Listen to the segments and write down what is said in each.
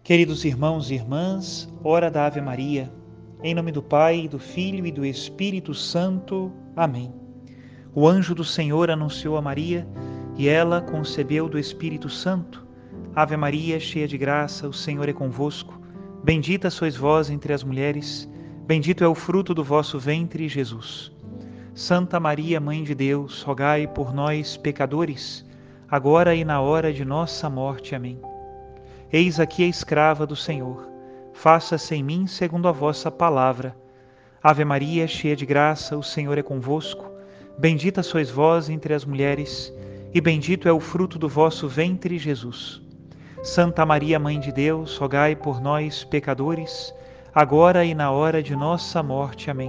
Queridos irmãos e irmãs, hora da Ave Maria, em nome do Pai, do Filho e do Espírito Santo. Amém. O anjo do Senhor anunciou a Maria, e ela concebeu do Espírito Santo. Ave Maria, cheia de graça, o Senhor é convosco. Bendita sois vós entre as mulheres, bendito é o fruto do vosso ventre, Jesus. Santa Maria, Mãe de Deus, rogai por nós, pecadores, agora e na hora de nossa morte. Amém. Eis aqui a escrava do Senhor, faça-se em mim segundo a vossa palavra. Ave Maria, cheia de graça, o Senhor é convosco. Bendita sois vós entre as mulheres, e bendito é o fruto do vosso ventre, Jesus. Santa Maria, Mãe de Deus, rogai por nós, pecadores, agora e na hora de nossa morte. Amém.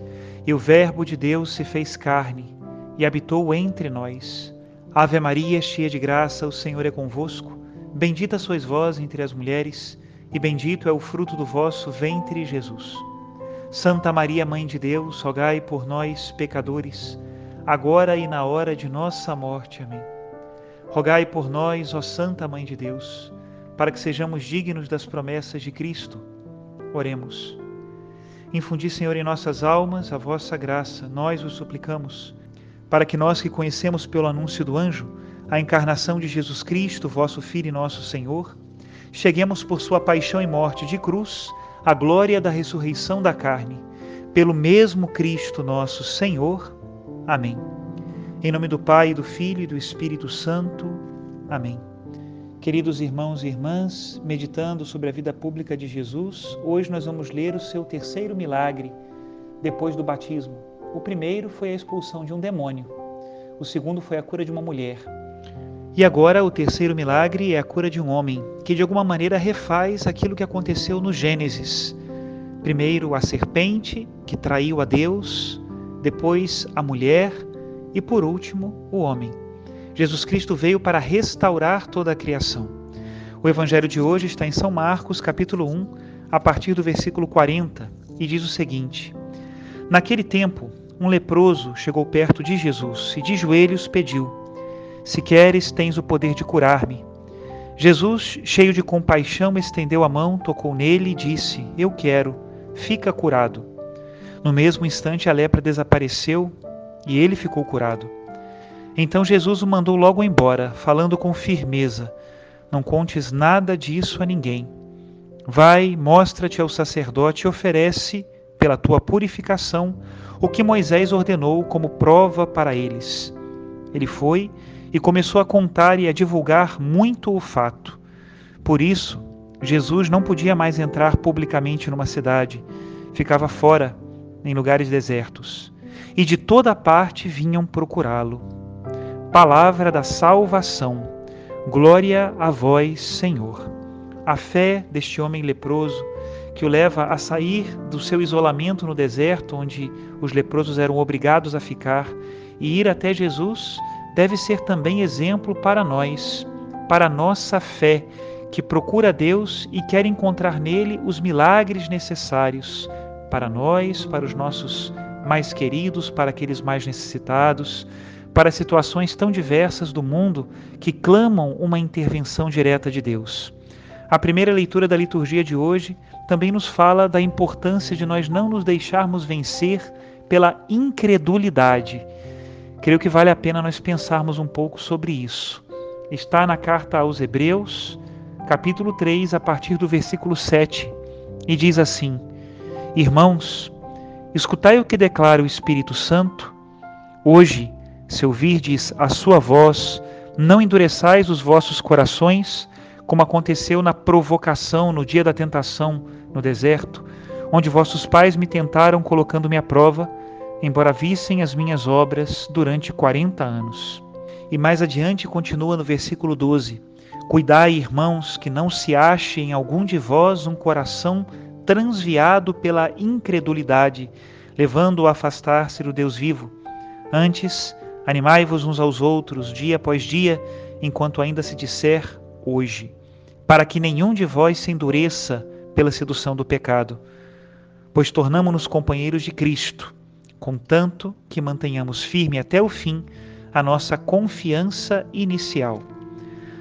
E o Verbo de Deus se fez carne, e habitou entre nós. Ave Maria, cheia de graça, o Senhor é convosco. Bendita sois vós entre as mulheres, e bendito é o fruto do vosso ventre, Jesus. Santa Maria, Mãe de Deus, rogai por nós, pecadores, agora e na hora de nossa morte. Amém. Rogai por nós, ó Santa Mãe de Deus, para que sejamos dignos das promessas de Cristo. Oremos. Infundi, Senhor, em nossas almas a vossa graça, nós os suplicamos, para que nós que conhecemos pelo anúncio do anjo a encarnação de Jesus Cristo, vosso Filho e nosso Senhor, cheguemos por sua paixão e morte de cruz à glória da ressurreição da carne, pelo mesmo Cristo nosso Senhor. Amém. Em nome do Pai, do Filho e do Espírito Santo. Amém. Queridos irmãos e irmãs, meditando sobre a vida pública de Jesus, hoje nós vamos ler o seu terceiro milagre depois do batismo. O primeiro foi a expulsão de um demônio. O segundo foi a cura de uma mulher. E agora o terceiro milagre é a cura de um homem, que de alguma maneira refaz aquilo que aconteceu no Gênesis. Primeiro a serpente, que traiu a Deus, depois a mulher e por último o homem. Jesus Cristo veio para restaurar toda a criação. O evangelho de hoje está em São Marcos, capítulo 1, a partir do versículo 40, e diz o seguinte: Naquele tempo, um leproso chegou perto de Jesus e de joelhos pediu: Se queres, tens o poder de curar-me. Jesus, cheio de compaixão, estendeu a mão, tocou nele e disse: Eu quero, fica curado. No mesmo instante a lepra desapareceu e ele ficou curado. Então Jesus o mandou logo embora, falando com firmeza: Não contes nada disso a ninguém. Vai, mostra-te ao sacerdote e oferece, pela tua purificação, o que Moisés ordenou como prova para eles. Ele foi e começou a contar e a divulgar muito o fato. Por isso, Jesus não podia mais entrar publicamente numa cidade, ficava fora, em lugares desertos, e de toda parte vinham procurá-lo. Palavra da salvação. Glória a vós, Senhor. A fé deste homem leproso, que o leva a sair do seu isolamento no deserto, onde os leprosos eram obrigados a ficar, e ir até Jesus, deve ser também exemplo para nós, para a nossa fé, que procura Deus e quer encontrar nele os milagres necessários para nós, para os nossos mais queridos, para aqueles mais necessitados, para situações tão diversas do mundo que clamam uma intervenção direta de Deus. A primeira leitura da liturgia de hoje também nos fala da importância de nós não nos deixarmos vencer pela incredulidade. Creio que vale a pena nós pensarmos um pouco sobre isso. Está na carta aos Hebreus, capítulo 3, a partir do versículo 7, e diz assim: Irmãos, escutai o que declara o Espírito Santo. Hoje, se ouvirdes a sua voz, não endureçais os vossos corações, como aconteceu na provocação no dia da tentação no deserto, onde vossos pais me tentaram colocando-me à prova, embora vissem as minhas obras durante 40 anos. E mais adiante continua no versículo 12: Cuidai, irmãos, que não se ache em algum de vós um coração transviado pela incredulidade, levando-o a afastar-se do Deus vivo. Antes, animai-vos uns aos outros, dia após dia, enquanto ainda se disser hoje, para que nenhum de vós se endureça pela sedução do pecado, pois tornamo-nos companheiros de Cristo, contanto que mantenhamos firme até o fim a nossa confiança inicial.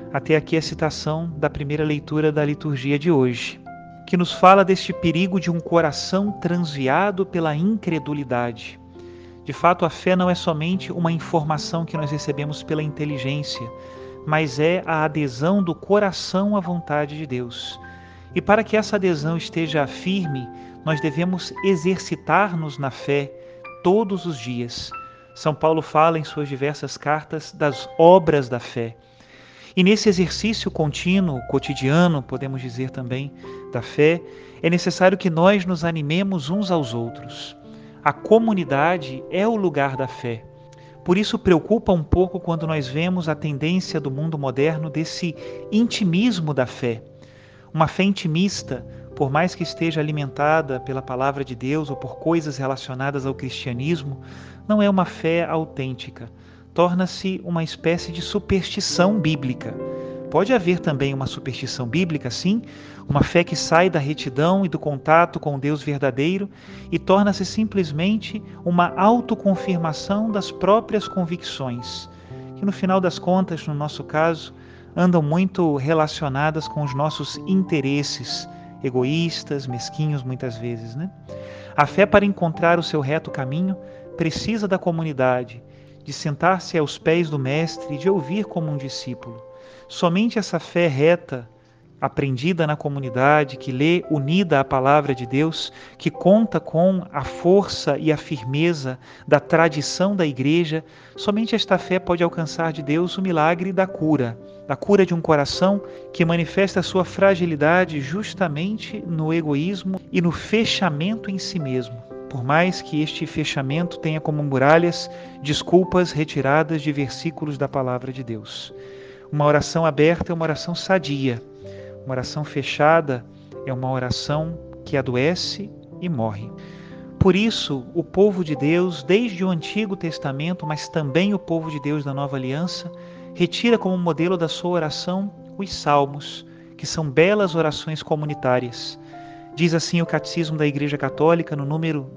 Até aqui a citação da primeira leitura da liturgia de hoje, que nos fala deste perigo de um coração transviado pela incredulidade. De fato, a fé não é somente uma informação que nós recebemos pela inteligência, mas é a adesão do coração à vontade de Deus. E para que essa adesão esteja firme, nós devemos exercitar-nos na fé todos os dias. São Paulo fala em suas diversas cartas das obras da fé. E nesse exercício contínuo, cotidiano, podemos dizer também, da fé, é necessário que nós nos animemos uns aos outros. A comunidade é o lugar da fé. Por isso preocupa um pouco quando nós vemos a tendência do mundo moderno desse intimismo da fé. Uma fé intimista, por mais que esteja alimentada pela palavra de Deus ou por coisas relacionadas ao cristianismo, não é uma fé autêntica. Torna-se uma espécie de superstição bíblica. Pode haver também uma superstição bíblica, sim, uma fé que sai da retidão e do contato com o Deus verdadeiro e torna-se simplesmente uma autoconfirmação das próprias convicções, que no final das contas, no nosso caso, andam muito relacionadas com os nossos interesses, egoístas, mesquinhos muitas vezes, né? A fé, para encontrar o seu reto caminho, precisa da comunidade, de sentar-se aos pés do Mestre e de ouvir como um discípulo. Somente essa fé reta, aprendida na comunidade, que lê unida à palavra de Deus, que conta com a força e a firmeza da tradição da Igreja, somente esta fé pode alcançar de Deus o milagre da cura de um coração que manifesta a sua fragilidade justamente no egoísmo e no fechamento em si mesmo. Por mais que este fechamento tenha como muralhas desculpas retiradas de versículos da palavra de Deus. Uma oração aberta é uma oração sadia. Uma oração fechada é uma oração que adoece e morre. Por isso, o povo de Deus, desde o Antigo Testamento, mas também o povo de Deus da Nova Aliança, retira como modelo da sua oração os salmos, que são belas orações comunitárias. Diz assim o Catecismo da Igreja Católica, no número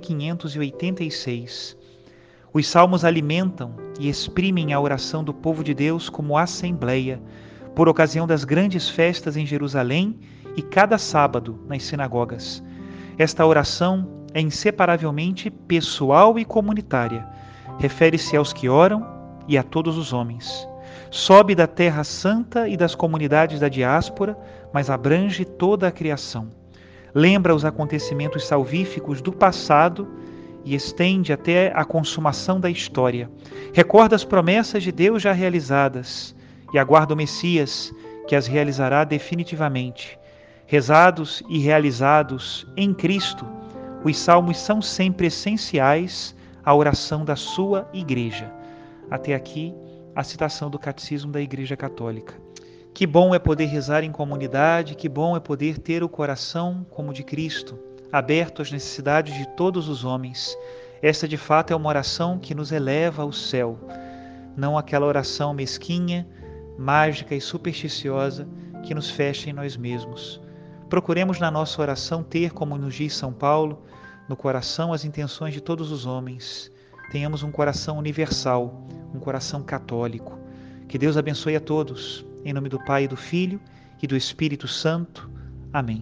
2586. Os salmos alimentam e exprimem a oração do povo de Deus como assembleia, por ocasião das grandes festas em Jerusalém e cada sábado nas sinagogas. Esta oração é inseparavelmente pessoal e comunitária. Refere-se aos que oram e a todos os homens. Sobe da terra santa e das comunidades da diáspora, mas abrange toda a criação. Lembra os acontecimentos salvíficos do passado e estende até a consumação da história. Recorda as promessas de Deus já realizadas e aguarda o Messias, que as realizará definitivamente. Rezados e realizados em Cristo, os salmos são sempre essenciais à oração da sua Igreja. Até aqui, a citação do Catecismo da Igreja Católica. Que bom é poder rezar em comunidade, que bom é poder ter o coração como o de Cristo, aberto às necessidades de todos os homens. Esta, de fato, é uma oração que nos eleva ao céu, não aquela oração mesquinha, mágica e supersticiosa que nos fecha em nós mesmos. Procuremos na nossa oração ter, como nos diz São Paulo, no coração as intenções de todos os homens. Tenhamos um coração universal, um coração católico. Que Deus abençoe a todos. Em nome do Pai, do Filho e do Espírito Santo. Amém.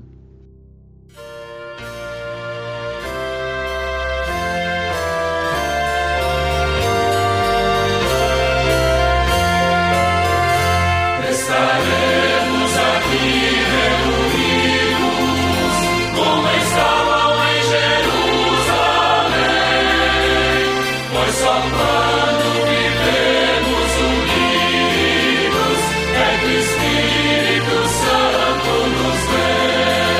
Estaremos aqui reunidos, como estavam em Jerusalém, pois só quando vivemos unidos é que o Espírito Santo nos vem.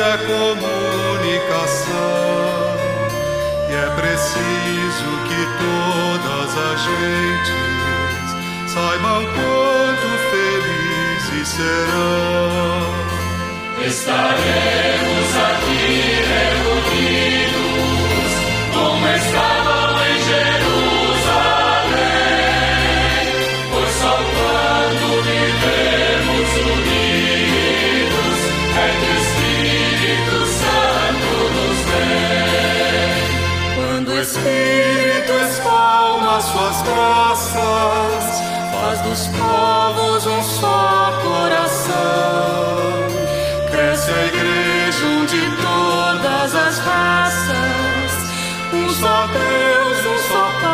é comunicação, e é preciso que todas as gentes saibam quanto felizes serão. Estaremos aqui reunidos, como estavam em Jerusalém, pois só quando vivemos unidos é que o Espírito Santo nos vem. Quando o Espírito espalma suas graças, faz dos povos um só coração. Cresce a igreja onde todas as raças, um só Deus, um só